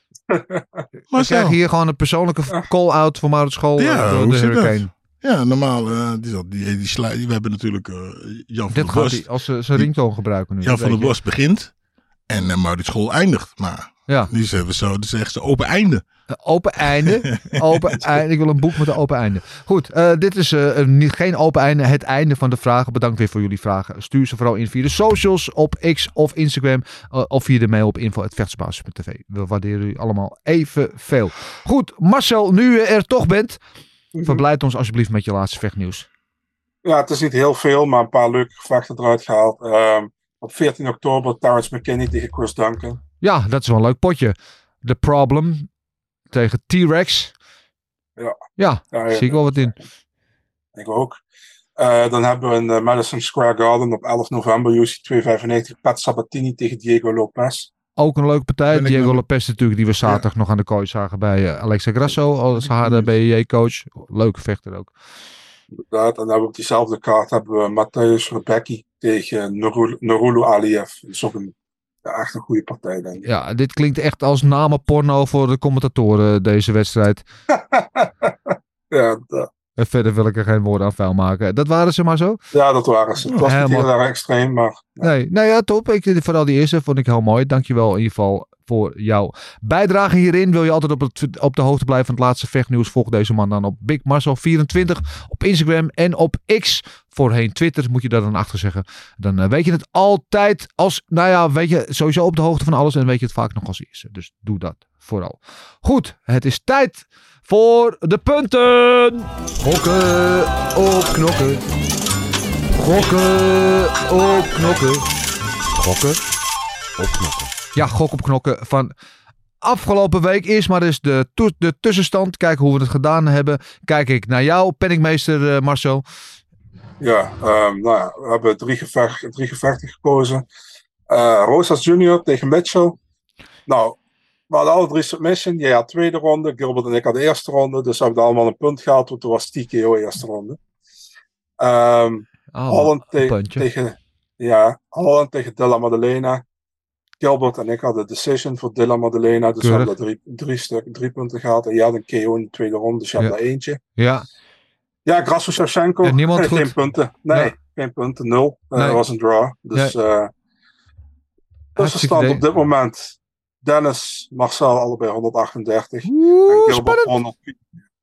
We krijgen hier gewoon een persoonlijke call-out voor Maurits School ja, uh, door de Hurricane. Dat? Ja, normaal. Uh, die, die, die slu- we hebben natuurlijk uh, Jan van Dit der Bos. Dit als ze zijn ringtoon gebruiken nu. Jan van der Bos begint en uh, Maurits School eindigt. Maar ja. nu zeggen we zo, dus zeggen ze open einde. Open einde. Open einde. Ik wil een boek met een open einde. Goed, uh, dit is uh, niet, geen open einde. Het einde van de vragen. Bedankt weer voor jullie vragen. Stuur ze vooral in via de socials op X of Instagram. Uh, of via de mail op info at vechtersbasis punt t v. We waarderen jullie allemaal evenveel. Goed, Marcel, nu je er toch bent. Verblijd ons alsjeblieft met je laatste vechtnieuws. Ja, het is niet heel veel, maar een paar leuke gevechten eruit gehaald. Um, op veertien oktober Terrence McKinney tegen Chris Duncan. Ja, dat is wel een leuk potje. The Problem tegen T-Rex. Ja. Ja, ja, ja zie ik wel wat in. Ik ook. Uh, dan hebben we in uh, Madison Square Garden op elf november U F C tweehonderdvijfennegentig Pat Sabatini tegen Diego Lopez. Ook een leuke partij. Diego nog... Lopez natuurlijk, die we zaterdag ja. nog aan de kooi zagen bij uh, Alexa Grasso als haar B J J-coach. Leuke vechter ook. Inderdaad, en dan hebben we op diezelfde kaart hebben we Mateusz Rebecki tegen Nurulu Aliev. Dat is ook een, ja, echt een goede partij, denk ik. Ja, dit klinkt echt als namenporno voor de commentatoren, deze wedstrijd. ja, dat... En verder wil ik er geen woorden aan vuil maken. Dat waren ze maar zo? Ja, dat waren ze. Het was niet heel erg extreem, maar... Ja. Nee, nou ja, top. Ik, vooral die eerste vond ik heel mooi. Dankjewel in ieder geval voor jouw bijdrage hierin. Wil je altijd op, het, op de hoogte blijven van het laatste vechtnieuws? Volg deze man dan op Big Marcel vierentwintig op Instagram en op X. Voorheen Twitter, moet je daar dan achter zeggen. Dan uh, weet je het altijd als... Nou ja, weet je sowieso op de hoogte van alles en weet je het vaak nog als eerste. Dus doe dat vooral. Goed, het is tijd... voor de punten. Gokken op knokken. Gokken op knokken. Gokken op knokken. Ja, gok op knokken van afgelopen week. Eerst maar eens de, to- de tussenstand. Kijken hoe we het gedaan hebben. Kijk ik naar jou, penningmeester uh, Marcel. Ja, um, nou ja, we hebben drie, gevecht, drie gevechten gekozen. Uh, Rosas junior tegen Mitchell. Nou... We hadden alle drie submission. Jij had tweede ronde. Gilbert en ik hadden de eerste ronde. Dus we hebben allemaal een punt gehaald. Want toen was T K O eerste ronde. Um, oh, Holland te- tegen... Ja, Holland tegen Della Maddalena. Gilbert en ik hadden de decision voor Della Maddalena. Dus Keurig. we hebben drie, drie, stuk, drie punten gehaald. En jij had een K O in de tweede ronde. Dus je had ja. er eentje. Ja. Ja, Grasso Shevchenko. En niemand nee, goed? Geen punten. Nee, ja. geen punten. Nul. Dat nee. uh, was een draw. Dus... Nee. Uh, tussenstand op dit moment... Dennis, Marcel, allebei honderdachtendertig. Oeh, en Gilbert honderd.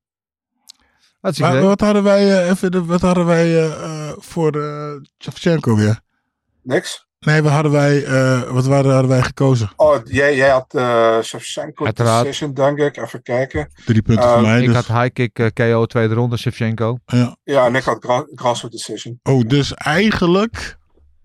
Maar wat hadden wij, uh, even de, wat hadden wij uh, uh, voor uh, Shevchenko weer? Niks. Nee, wat hadden wij, uh, wat hadden, hadden wij gekozen? Oh, jij, jij had uh, Shevchenko Uiteraard. decision, denk ik. Even kijken. Drie punten uh, voor mij. Ik dus. had high kick uh, K O tweede ronde, Shevchenko. Ja, ja en ik had Gra- Grasso decision. Oh, dus eigenlijk...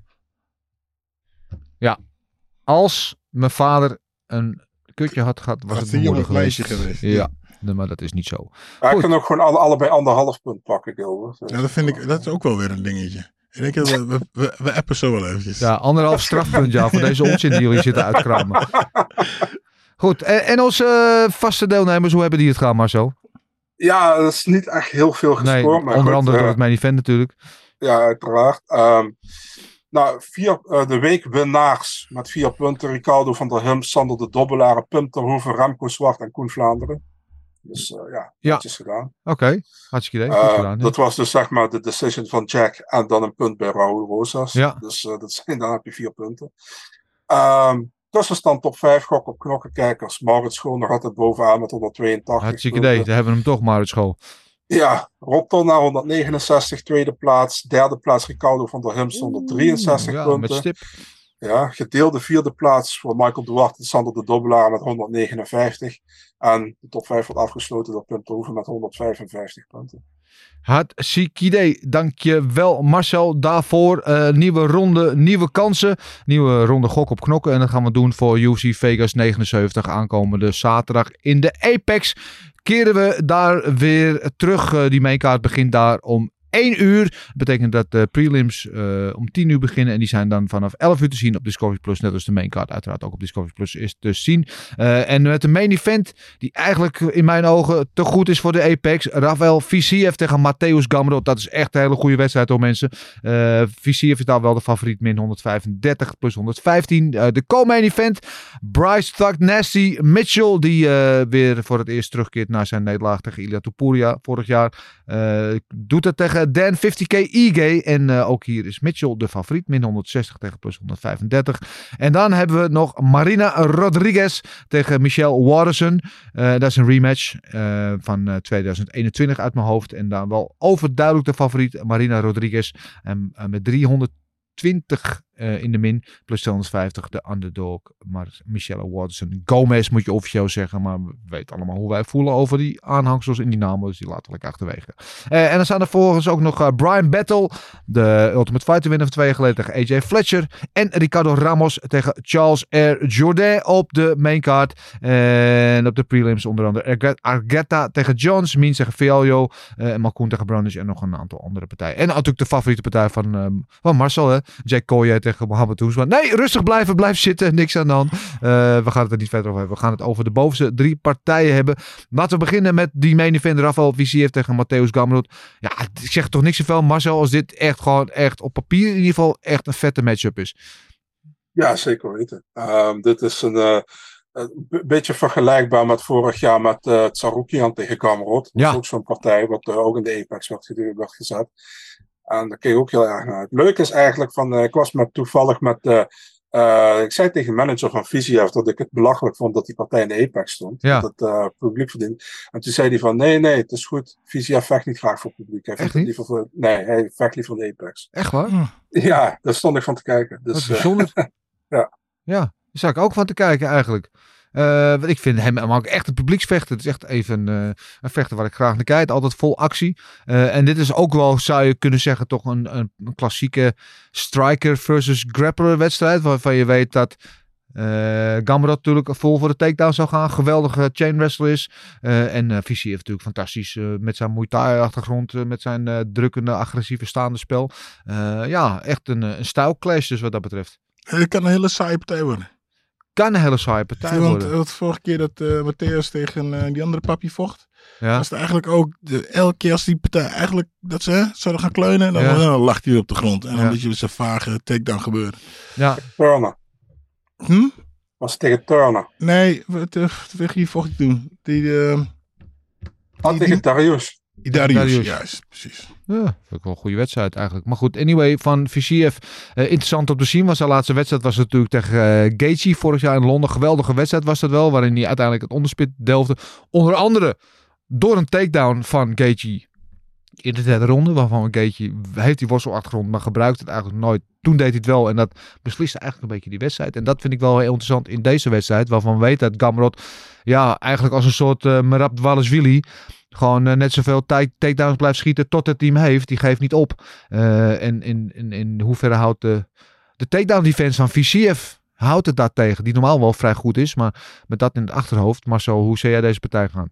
Ja. Als mijn vader een kutje had gehad, was dat het mijn moeder geweest. geweest. Ja, ja, maar dat is niet zo. Ja, ik kan ook gewoon alle, allebei anderhalf punt pakken, Gilbert. Dus. Ja, dat vind ik, dat is ook wel weer een dingetje. Ik denk dat we, we, we, we appen zo wel eventjes. Ja, anderhalf strafpunt, ja, voor deze onzin die jullie zitten uitkramen. Goed, en, en onze uh, vaste deelnemers, hoe hebben die het gedaan, Marcel? Ja, dat is niet echt heel veel gescoord. Nee, maar onder goed, andere uh, door het main event natuurlijk. Ja, uiteraard. Um, nou, vier, uh, de weekwinnaars met vier punten. Ricardo van der Hum, Sander de Dobbelaren, Pim Terhoeven, Remco Zwart en Koen Vlaanderen. Dus uh, ja, ja. netjes gedaan. Oké, okay. hartstikke idee. Goed uh, gedaan. Dat ja. was dus zeg maar de decision van Jack en dan een punt bij Raúl Rosas. Ja. Dus uh, dat zijn, dan heb je vier punten. Um, tussenstand top vijf, gok op knokkenkijkers. Maurits School nog altijd bovenaan met honderdtweeëntachtig. Hartstikke idee, daar hebben we hem toch, Maurits School. Ja, Rob Tonna honderdnegenenzestig, tweede plaats. Derde plaats Ricardo van der Hum, honderdrieënzestig ja, punten. Met stip. ja, gedeelde vierde plaats voor Michael Duarte en Sander de Dobbelaar met honderdnegenenvijftig. En de top vijf wordt afgesloten door Puntenhoeven met honderdvijfenvijftig punten. Hartstikke, dankjewel Marcel daarvoor. Uh, nieuwe ronde, nieuwe kansen. Nieuwe ronde gok op knokken. En dat gaan we doen voor U F C Vegas negenenzeventig aankomende zaterdag in de Apex. Keren we daar weer terug. Uh, die maincard begint daar om één uur. Dat betekent dat de prelims uh, om tien uur beginnen. En die zijn dan vanaf elf uur te zien op Discovery Plus. Net als de maincard uiteraard ook op Discovery Plus is te zien. Uh, en met de main event, die eigenlijk in mijn ogen te goed is voor de Apex. Rafael Fiziev tegen Mateusz Gamrot. Dat is echt een hele goede wedstrijd hoor mensen. Uh, Fiziev is daar wel de favoriet. Min honderdvijfendertig plus honderdvijftien. Uh, de co-main event. Bryce Thug Nasty Mitchell. Die uh, weer voor het eerst terugkeert naar zijn nederlaag tegen Ilia Topuria vorig jaar. Uh, doet het tegen Dan vijftig K Ige. En uh, ook hier is Mitchell de favoriet. Min honderdzestig tegen plus honderdvijfendertig. En dan hebben we nog Marina Rodriguez tegen Michelle Waterson. Uh, dat is een rematch uh, van uh, tweeduizend eenentwintig uit mijn hoofd. En dan wel overduidelijk de favoriet Marina Rodriguez. En uh, met driehonderdtwintig uh, in de min. Plus tweehonderdvijftig de underdog. Maar Michelle Waterson. Gomez moet je officieel zeggen. Maar we weten allemaal hoe wij voelen over die aanhangsels in die namen. Dus die laten we lekker achterwege. Uh, en dan staan er volgens ook nog uh, Brian Battle. De Ultimate Fighter winnaar van twee jaar geleden tegen A J Fletcher. En Ricardo Ramos tegen Charles R. Jourdain op de maincard. En op de prelims onder andere Argueta tegen Jones. Means tegen Fialho. Uh, en Malkoun tegen Brownish. En nog een aantal andere partijen. En natuurlijk de favoriete partij van, um, van Marcel. Hè? Jack Collier tegen Mohamed Ousmane. Nee, rustig blijven. Blijf zitten. Niks aan de hand. Uh, we gaan het er niet verder over hebben. We gaan het over de bovenste drie partijen hebben. Laten we beginnen met die main event. Rafael Fiziev tegen Mateusz Gamrot. Ja, ik zeg toch niks zoveel, Marcel, als dit echt gewoon echt op papier in ieder geval echt een vette matchup is. Ja, zeker weten. Um, dit is een, uh, een b- beetje vergelijkbaar met vorig jaar met uh, Tsarukyan tegen Gamrot. Dat ja. is ook zo'n partij wat uh, ook in de Apex werd, werd gezet. En daar keek ik ook heel erg naar uit. Het leuke is eigenlijk van, uh, ik was met, toevallig met, uh, uh, ik zei tegen de manager van Fiziev dat ik het belachelijk vond dat die partij in de Apex stond. Ja. Dat het uh, publiek verdient. En toen zei hij van, nee, nee, het is goed. Fiziev vecht niet graag voor publiek. Hij vecht liever voor, nee, hij vecht liever voor de Apex. Echt waar? Ja, daar stond ik van te kijken. Dus, dat is bijzonder. Uh, ja. Ja, daar sta ik ook van te kijken eigenlijk. Uh, want ik vind hem maar ook echt een publieksvechter. Het is echt even uh, een vechter waar ik graag naar kijk. Altijd vol actie. Uh, en dit is ook wel, zou je kunnen zeggen, toch een, een, een klassieke striker versus grappler wedstrijd. Waarvan je weet dat uh, Gamrot natuurlijk vol voor de takedown zou gaan. Geweldige chain wrestler is. Uh, en uh, Fiziev natuurlijk fantastisch. Uh, met zijn Muay Thai achtergrond. Uh, met zijn uh, drukkende, agressieve staande spel. Uh, ja, echt een, een stijlclash dus wat dat betreft. Het kan een hele saaie partij worden. Kan een hele saaie partij want, worden. Want vorige keer dat uh, Mateusz tegen uh, die andere papi vocht. Ja. Was het eigenlijk ook, de, elke keer als die partij eigenlijk, dat ze hè, zouden gaan kleunen. Dan, ja. dan lag hij op de grond. En dan weet je met zijn vage takedown gebeuren. Ja. Turner. Hm? Was het tegen Turner? Nee, tegen wie vocht hij toen? Die, uh, ah, tegen Darius. Die Darius, Darius, juist, precies. Ja, vind ik wel een goede wedstrijd eigenlijk. Maar goed, anyway, van Fiziev. Uh, interessant om te zien was zijn laatste wedstrijd. Was natuurlijk tegen uh, Gaethje vorig jaar in Londen. Geweldige wedstrijd was dat wel. Waarin hij uiteindelijk het onderspit delfde. Onder andere door een takedown van Gaethje in de derde ronde. Waarvan Gaethje heeft die worstelachtergrond, maar gebruikt het eigenlijk nooit. Toen deed hij het wel en dat besliste eigenlijk een beetje die wedstrijd. En dat vind ik wel heel interessant in deze wedstrijd. Waarvan we weten dat Gamrot ja, eigenlijk als een soort uh, Merab Dvalishvili gewoon uh, net zoveel takedowns blijft schieten tot het team heeft. Die geeft niet op. Uh, en in, in, in hoeverre houdt de, de takedown defense van Fiziev houdt het daar tegen. Die normaal wel vrij goed is. Maar met dat in het achterhoofd. Marcel, hoe zie jij deze partij gaan?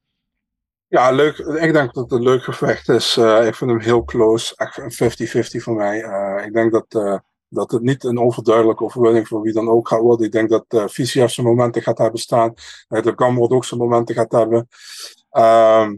Ja, leuk. Ik denk dat het een leuk gevecht is. Uh, ik vind hem heel close. Echt een vijftig vijftig voor mij. Uh, ik denk dat, uh, dat het niet een overduidelijke overwinning voor wie dan ook gaat worden. Ik denk dat uh, Fiziev zijn momenten gaat hebben staan. Uh, dat Gamrot ook zijn momenten gaat hebben. Um,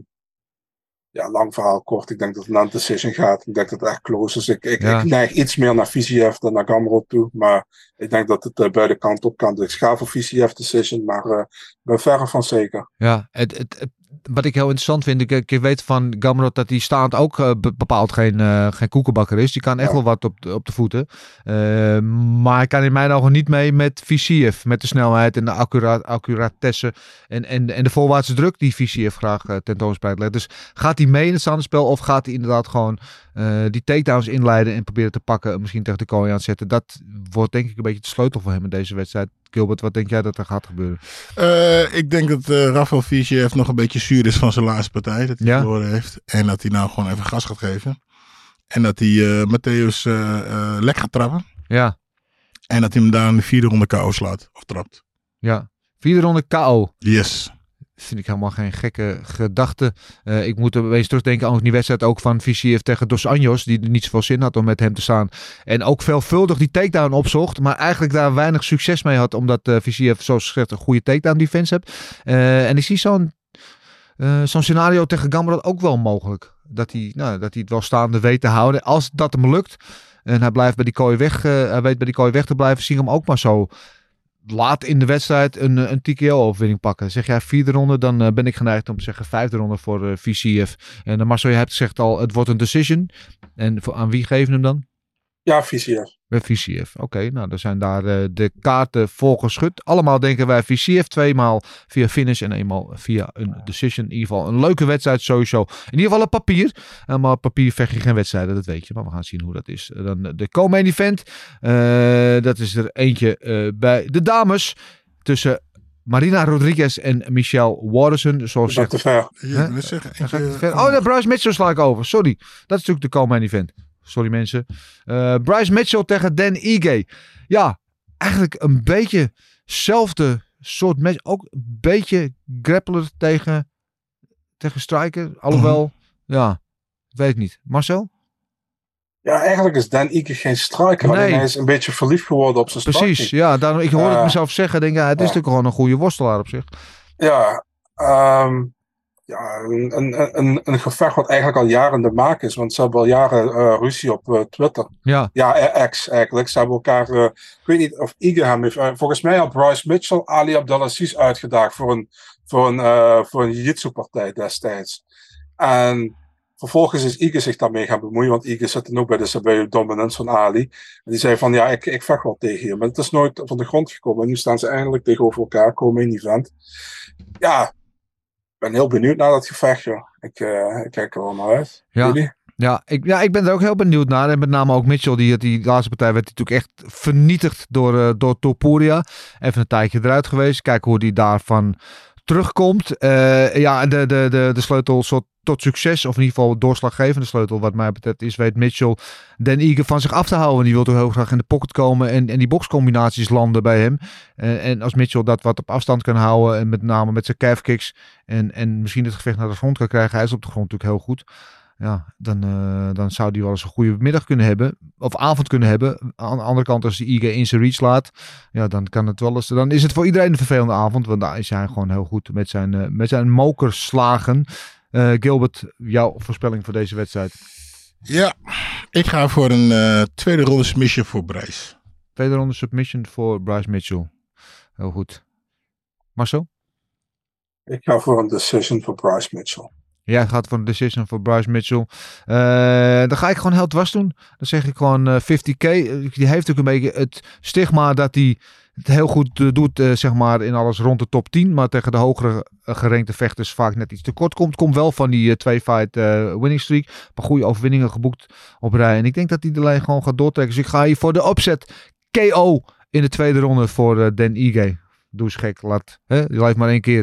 ja, lang verhaal kort. Ik denk dat het naar een decision gaat. Ik denk dat het echt close is. Ik, ik, ja. ik neig iets meer naar Fiziev dan naar Gamrot toe. Maar ik denk dat het uh, beide kanten op kan. Dus ik ga voor Fiziev decision, maar uh, ben verre van zeker. Ja, het, het, het, wat ik heel interessant vind, ik, ik weet van Gamrot dat hij staand ook uh, bepaald geen, uh, geen koekenbakker is. Die kan echt ja. wel wat op de, op de voeten. Uh, maar hij kan in mijn ogen niet mee met Fiziev. Met de snelheid en de accura- accuratesse en, en, en de voorwaartse druk die Fiziev graag uh, tentoonspreid legt. Dus gaat hij mee in het staande spel of gaat hij inderdaad gewoon uh, die takedowns inleiden en proberen te pakken, misschien tegen de kooi aanzetten? Dat wordt denk ik een beetje de sleutel voor hem in deze wedstrijd. Gilbert, wat denk jij dat er gaat gebeuren? Uh, ik denk dat uh, Rafael Fiziev nog een beetje zuur is van zijn laatste partij. Dat hij ja? verloren heeft. En dat hij nou gewoon even gas gaat geven. En dat hij uh, Matthäus uh, uh, lek gaat trappen. Ja. En dat hij hem daar in de vierde ronde K O slaat. Of trapt. Ja. Vierde ronde K O. Yes. Vind ik helemaal geen gekke gedachte. Uh, ik moet er eens terugdenken aan die wedstrijd ook van Fiziev tegen Dos Anjos. Die er niet zoveel zin had om met hem te staan. En ook veelvuldig die takedown opzocht. Maar eigenlijk daar weinig succes mee had. Omdat uh, Fiziev zoals gezegd een goede takedown defense hebt. Uh, en ik zie zo'n, uh, zo'n scenario tegen Gamrot ook wel mogelijk. Dat hij, nou, dat hij het wel staande weet te houden. Als dat hem lukt. En hij blijft bij die kooi weg. Uh, hij weet bij die kooi weg te blijven. Zie ik hem ook maar zo laat in de wedstrijd een, een T K O-overwinning pakken. Zeg jij vierde ronde, dan uh, ben ik geneigd om te zeggen vijfde ronde voor uh, Fiziev. En uh, Marcel, je hebt gezegd al, het wordt een decision. En voor, aan wie geven hem dan? Ja, Fiziev. Bij Fiziev. Oké, okay, nou, dan zijn daar uh, de kaarten voor geschud. Allemaal denken wij Fiziev, tweemaal via finish en eenmaal via een decision. In ieder geval een leuke wedstrijd sowieso. In ieder geval een papier. Uh, maar op papier vecht je geen wedstrijden, dat weet je. Maar we gaan zien hoe dat is. Uh, dan de co-main event. Uh, dat is er eentje uh, bij de dames. Tussen Marina Rodriguez en Michelle Waterson. Zoals dat te ver. Ja, huh? zeggen, eentje, ver. Oh, de Bryce Mitchell sla ik over. Sorry. Dat is natuurlijk de co-main event. Sorry mensen. Uh, Bryce Mitchell tegen Dan Ige. Ja, eigenlijk een beetje hetzelfde soort match. Ook een beetje grappler tegen, tegen striker. Alhoewel, uh-huh. ja, weet ik niet. Marcel? Ja, eigenlijk is Dan Ige geen striker. Nee. Hij is een beetje verliefd geworden op zijn striking. Precies, ja. Daarom, ik hoorde uh, het mezelf zeggen. Denk, ja, het is uh, natuurlijk gewoon een goede worstelaar op zich. Ja, um, Ja, een, een, een, een gevecht wat eigenlijk al jaren in de maak is. Want ze hebben al jaren uh, ruzie op uh, Twitter. Ja, ja X eigenlijk. Ze hebben elkaar, uh, ik weet niet of Ige hem heeft. Uh, volgens mij had Bryce Mitchell Ali Abdelaziz uitgedaagd voor een, voor een, uh, voor een jiu-jitsu partij destijds. En vervolgens is Ige zich daarmee gaan bemoeien. Want Ige zit dan ook bij de Sabeo Dominance van Ali. En die zei van ja, ik, ik vecht wel tegen je. Maar het is nooit van de grond gekomen. En nu staan ze eindelijk tegenover elkaar. Komen in event. Ja. Ik ben heel benieuwd naar dat gevecht, joh. Ik, uh, ik kijk er wel naar uit. Ja. Jullie? Ja ik, ja, ik ben er ook heel benieuwd naar. En met name ook Mitchell, die, die laatste partij werd natuurlijk echt vernietigd door, uh, door Topuria. Even een tijdje eruit geweest. Kijken hoe die daarvan terugkomt. Uh, ja, de, de, de, de sleutel soort tot succes, of in ieder geval doorslaggevende sleutel wat mij betreft is, weet Mitchell Dan Ige van zich af te houden. Die wil toch heel graag in de pocket komen en, en die boxcombinaties landen bij hem. Uh, en als Mitchell dat wat op afstand kan houden en met name met zijn calf kicks en, en misschien het gevecht naar de grond kan krijgen, hij is op de grond natuurlijk heel goed. Ja, dan, uh, dan zou hij wel eens een goede middag kunnen hebben. Of avond kunnen hebben. Aan de andere kant, als hij Ige in zijn reach laat. Ja, dan kan het wel eens. Dan is het voor iedereen een vervelende avond. Want daar is hij gewoon heel goed met zijn, uh, met zijn mokerslagen. Uh, Gilbert, jouw voorspelling voor deze wedstrijd? Ja, ik ga voor een uh, tweede ronde submission voor Bryce. Tweede ronde submission voor Bryce Mitchell. Heel goed. Marcel? Ik ga voor een decision voor Bryce Mitchell. Jij gaat voor een decision voor Bryce Mitchell. Uh, dan ga ik gewoon heel dwars doen. Dan zeg ik gewoon uh, vijftig k. Die heeft ook een beetje het stigma dat hij het heel goed uh, doet, uh, zeg maar, in alles rond de top tien. Maar tegen de hogere uh, gerankte vechters vaak net iets te kort komt. Komt wel van die uh, twee fight uh, winning streak. Maar goede overwinningen geboekt op rij. En ik denk dat hij de lijn gewoon gaat doortrekken. Dus ik ga hier voor de opzet K O in de tweede ronde voor uh, Dan Ige. Doe eens gek. Laat, hè? Je leeft maar één keer.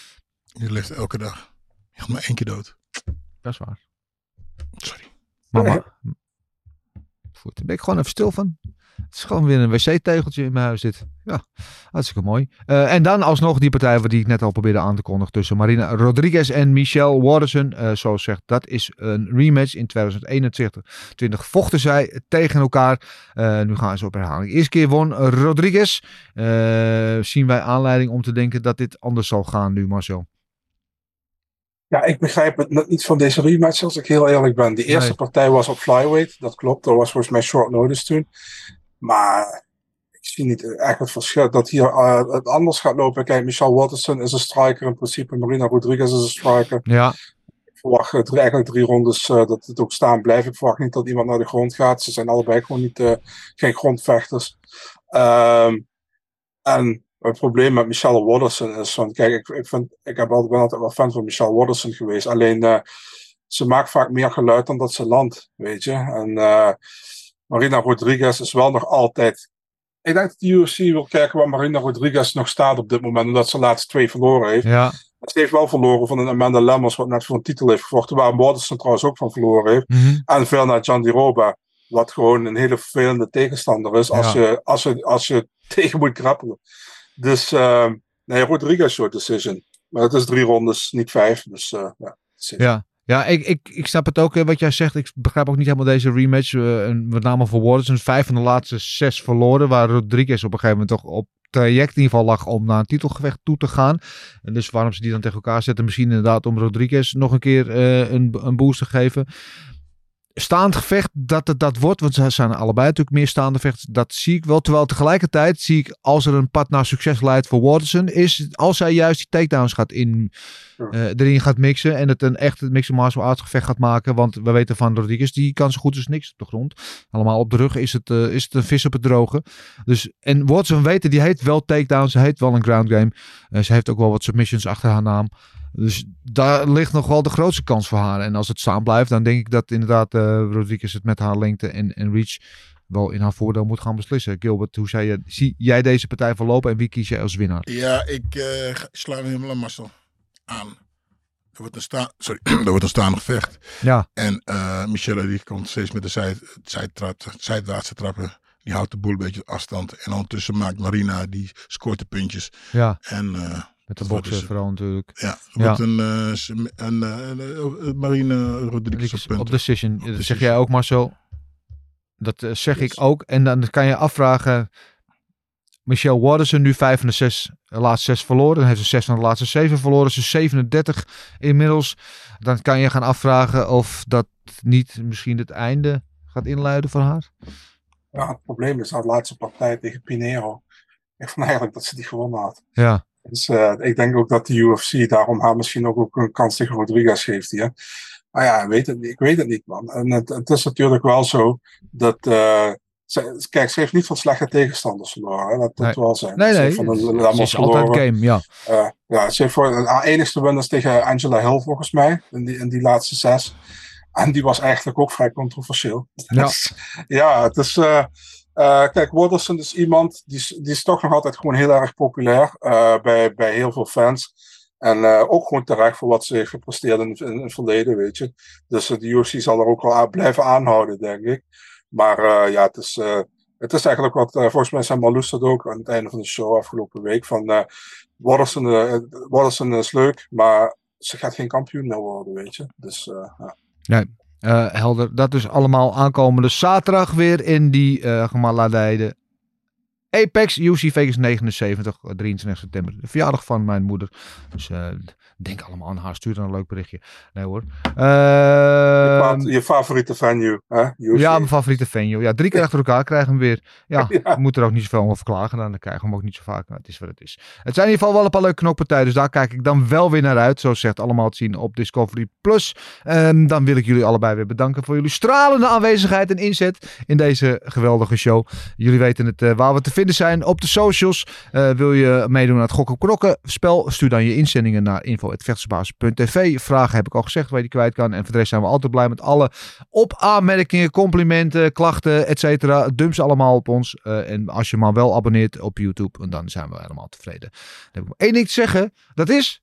Je leeft elke dag. Je gaat maar één keer dood. Dat is waar. Sorry. Mama. Goed, daar ben ik gewoon even stil van. Het is gewoon weer een wc-tegeltje in mijn huis dit. Ja, hartstikke mooi. Uh, en dan alsnog die partij die ik net al probeerde aan te kondigen tussen Marina Rodriguez en Michelle Waterson. Uh, zoals gezegd, dat is een rematch. In tweeduizend eenentwintig twintig vochten zij tegen elkaar. Uh, nu gaan ze op herhaling. Eerste keer won Rodriguez. Uh, zien wij aanleiding om te denken dat dit anders zal gaan nu, Marcel? Ja, ik begrijp het net niet van deze rematch, als ik heel eerlijk ben. Die eerste nee. partij was op flyweight, dat klopt. Dat was volgens mij short notice toen. Maar ik zie zie niet echt het verschil dat hier uh, het anders gaat lopen. Kijk, Michelle Waterson is een striker in principe. Marina Rodriguez is een striker. Ja. Ik verwacht uh, drie, eigenlijk drie rondes uh, dat het ook staan blijft. Ik verwacht niet dat iemand naar de grond gaat. Ze zijn allebei gewoon niet, uh, geen grondvechters. Um, en het probleem met Michelle Waterson is van, kijk, ik, ik, vind, ik heb altijd, ben altijd wel fan van Michelle Waterson geweest. Alleen, uh, ze maakt vaak meer geluid dan dat ze landt, weet je. En uh, Marina Rodriguez is wel nog altijd... Ik denk dat de U F C wil kijken waar Marina Rodriguez nog staat op dit moment, omdat ze laatst twee verloren heeft. Ja. Ze heeft wel verloren van een Amanda Lemos, wat net voor een titel heeft gevochten, waar Waterson trouwens ook van verloren heeft. Mm-hmm. En Verna Jandiroba, wat gewoon een hele vervelende tegenstander is als, ja. je, als, je, als je tegen moet grappelen. Dus, uh, nee, Rodriguez short decision. Maar het is drie rondes, niet vijf. Dus, uh, ja, ja. Ja, ik, ik, ik snap het ook wat jij zegt. Ik begrijp ook niet helemaal deze rematch. Uh, met name voor Waterson. Vijf van de laatste zes verloren. Waar Rodriguez op een gegeven moment toch op traject in ieder geval lag om naar een titelgevecht toe te gaan. En dus waarom ze die dan tegen elkaar zetten. Misschien inderdaad om Rodriguez nog een keer uh, een, een boost te geven. Staand gevecht dat het dat wordt, want ze zijn allebei natuurlijk meer staande vechters, dat zie ik wel. Terwijl tegelijkertijd zie ik, als er een pad naar succes leidt voor Waterson, is als hij juist die takedowns gaat in, uh, erin gaat mixen en het een echt mixed martial arts gevecht gaat maken, want we weten van Rodriguez, die kan zo goed als niks op de grond. Allemaal op de rug is het, uh, is het een vis op het droge. Dus, en Waterson weten, die heeft wel takedowns, ze heeft wel een ground game. Uh, ze heeft ook wel wat submissions achter haar naam. Dus daar ligt nog wel de grootste kans voor haar. En als het staan blijft, dan denk ik dat inderdaad uh, Rodriguez het met haar lengte en, en reach wel in haar voordeel moet gaan beslissen. Gilbert, hoe zei je, zie jij deze partij verlopen en wie kies jij als winnaar? Ja, ik uh, sluit me helemaal aan Marcel aan. Er wordt een, sta- Sorry, er wordt een staande gevecht. Ja. En uh, Michelle die komt steeds met de zijd, zijdtrap, zijdwaartse trappen. Die houdt de boel een beetje op afstand. En ondertussen maakt Marina, die scoort de puntjes. Ja. En... Uh, Met de boksen dus, vooral natuurlijk. Ja, er wordt ja. een, uh, een, een, een, een Marina Rodriguez op punten. Op decision. Op decision. Zeg jij ook, Marcel? Dat uh, zeg yes. ik ook. En dan kan je afvragen... Michelle Waterson nu vijf van de zes, de laatste zes verloren. Dan heeft ze zes van de laatste zeven verloren. Ze is zevenendertig inmiddels. Dan kan je gaan afvragen of dat niet misschien het einde gaat inluiden voor haar. Ja, het probleem is dat de laatste partij tegen Pinheiro. Ik vond eigenlijk dat ze die gewonnen had. Ja. Dus uh, ik denk ook dat de U F C daarom haar misschien ook, ook een kans tegen Rodriguez geeft hier. Maar ja, weet het, ik weet het niet, man. En het, het is natuurlijk wel zo dat... Uh, ze, kijk, ze heeft niet van slechte tegenstanders verloren. Hè? Dat moet nee. wel zijn. Nee, ze nee. Van de, de, ze is altijd game, ja. Uh, ja, ze heeft voor haar enigste win is tegen Angela Hill, volgens mij. In die, in die laatste zes. En die was eigenlijk ook vrij controversieel. Ja, dus, ja het is... Uh, Uh, kijk, Waterson is iemand, die, die is toch nog altijd gewoon heel erg populair uh, bij, bij heel veel fans. En uh, ook gewoon terecht voor wat ze heeft gepresteerd in, in, in het verleden, weet je. Dus uh, de U F C zal er ook wel aan blijven aanhouden, denk ik. Maar uh, ja, het is, uh, het is eigenlijk wat, uh, volgens mij zei Marloes dat ook aan het einde van de show afgelopen week. Van uh, Waterson, uh, Waterson is leuk, maar ze gaat geen kampioen meer worden, weet je. Dus uh, ja. Nee. Uh, helder, dat is allemaal aankomende zaterdag weer in die uh, gemaladijde Apex U F C Vegas negenenzeventig, drieëntwintig september. De verjaardag van mijn moeder. Dus uh, denk allemaal aan haar. Stuur dan een leuk berichtje. Nee hoor. Uh, je, je favoriete venue, hè? U F C. Ja, mijn favoriete venue. Ja, drie keer achter elkaar krijgen we hem weer. Ja, ja. We moeten er ook niet zoveel over klagen. Dan krijgen we hem ook niet zo vaak. Nou, het is wat het is. Het zijn in ieder geval wel een paar leuke knokpartijen. Dus daar kijk ik dan wel weer naar uit. Zoals zegt, allemaal te zien op Discovery Plus. Um, dan wil ik jullie allebei weer bedanken voor jullie stralende aanwezigheid en inzet in deze geweldige show. Jullie weten het uh, waar we te vinden zijn op de socials. Uh, wil je meedoen aan het Gokken op Knokken spel? Stuur dan je inzendingen naar info at vechtersbasis punt t v. Vragen heb ik al gezegd waar je die kwijt kan. En voor de rest zijn we altijd blij met alle op aanmerkingen, complimenten, klachten, et cetera. Dump ze allemaal op ons. Uh, en als je maar wel abonneert op YouTube, dan zijn we helemaal tevreden. Dan heb ik maar één ding te zeggen. Dat is...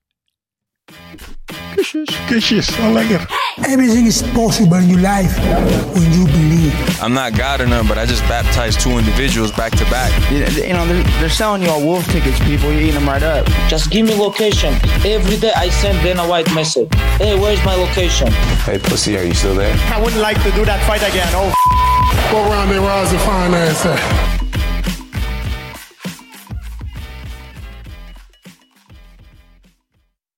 Kusjes. Kusjes, al lekker. Everything is possible in your life when you believe. I'm not God or none, but I just baptized two individuals back to back. You, you know, they're, they're selling you all wolf tickets, people. You're eating them right up. Just give me location. Every day I send Dana White message. Hey, where's my location? Hey, pussy, are you still there? I wouldn't like to do that fight again. Oh, Go around there, where's the fine ass at?